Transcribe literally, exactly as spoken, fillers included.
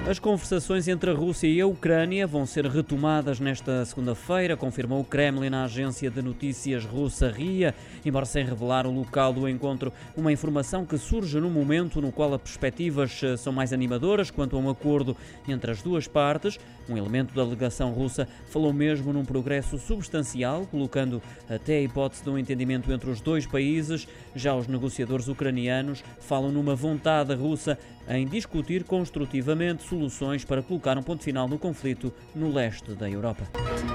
As conversações entre a Rússia e a Ucrânia vão ser retomadas nesta segunda-feira, confirmou o Kremlin na agência de notícias russa R I A, embora sem revelar o local do encontro. Uma informação que surge no momento no qual as perspectivas são mais animadoras quanto a um acordo entre as duas partes. Um elemento da delegação russa falou mesmo num progresso substancial, colocando até a hipótese de um entendimento entre os dois países. Já os negociadores ucranianos falam numa vontade russa em discutir construtivamente soluções para colocar um ponto final no conflito no leste da Europa.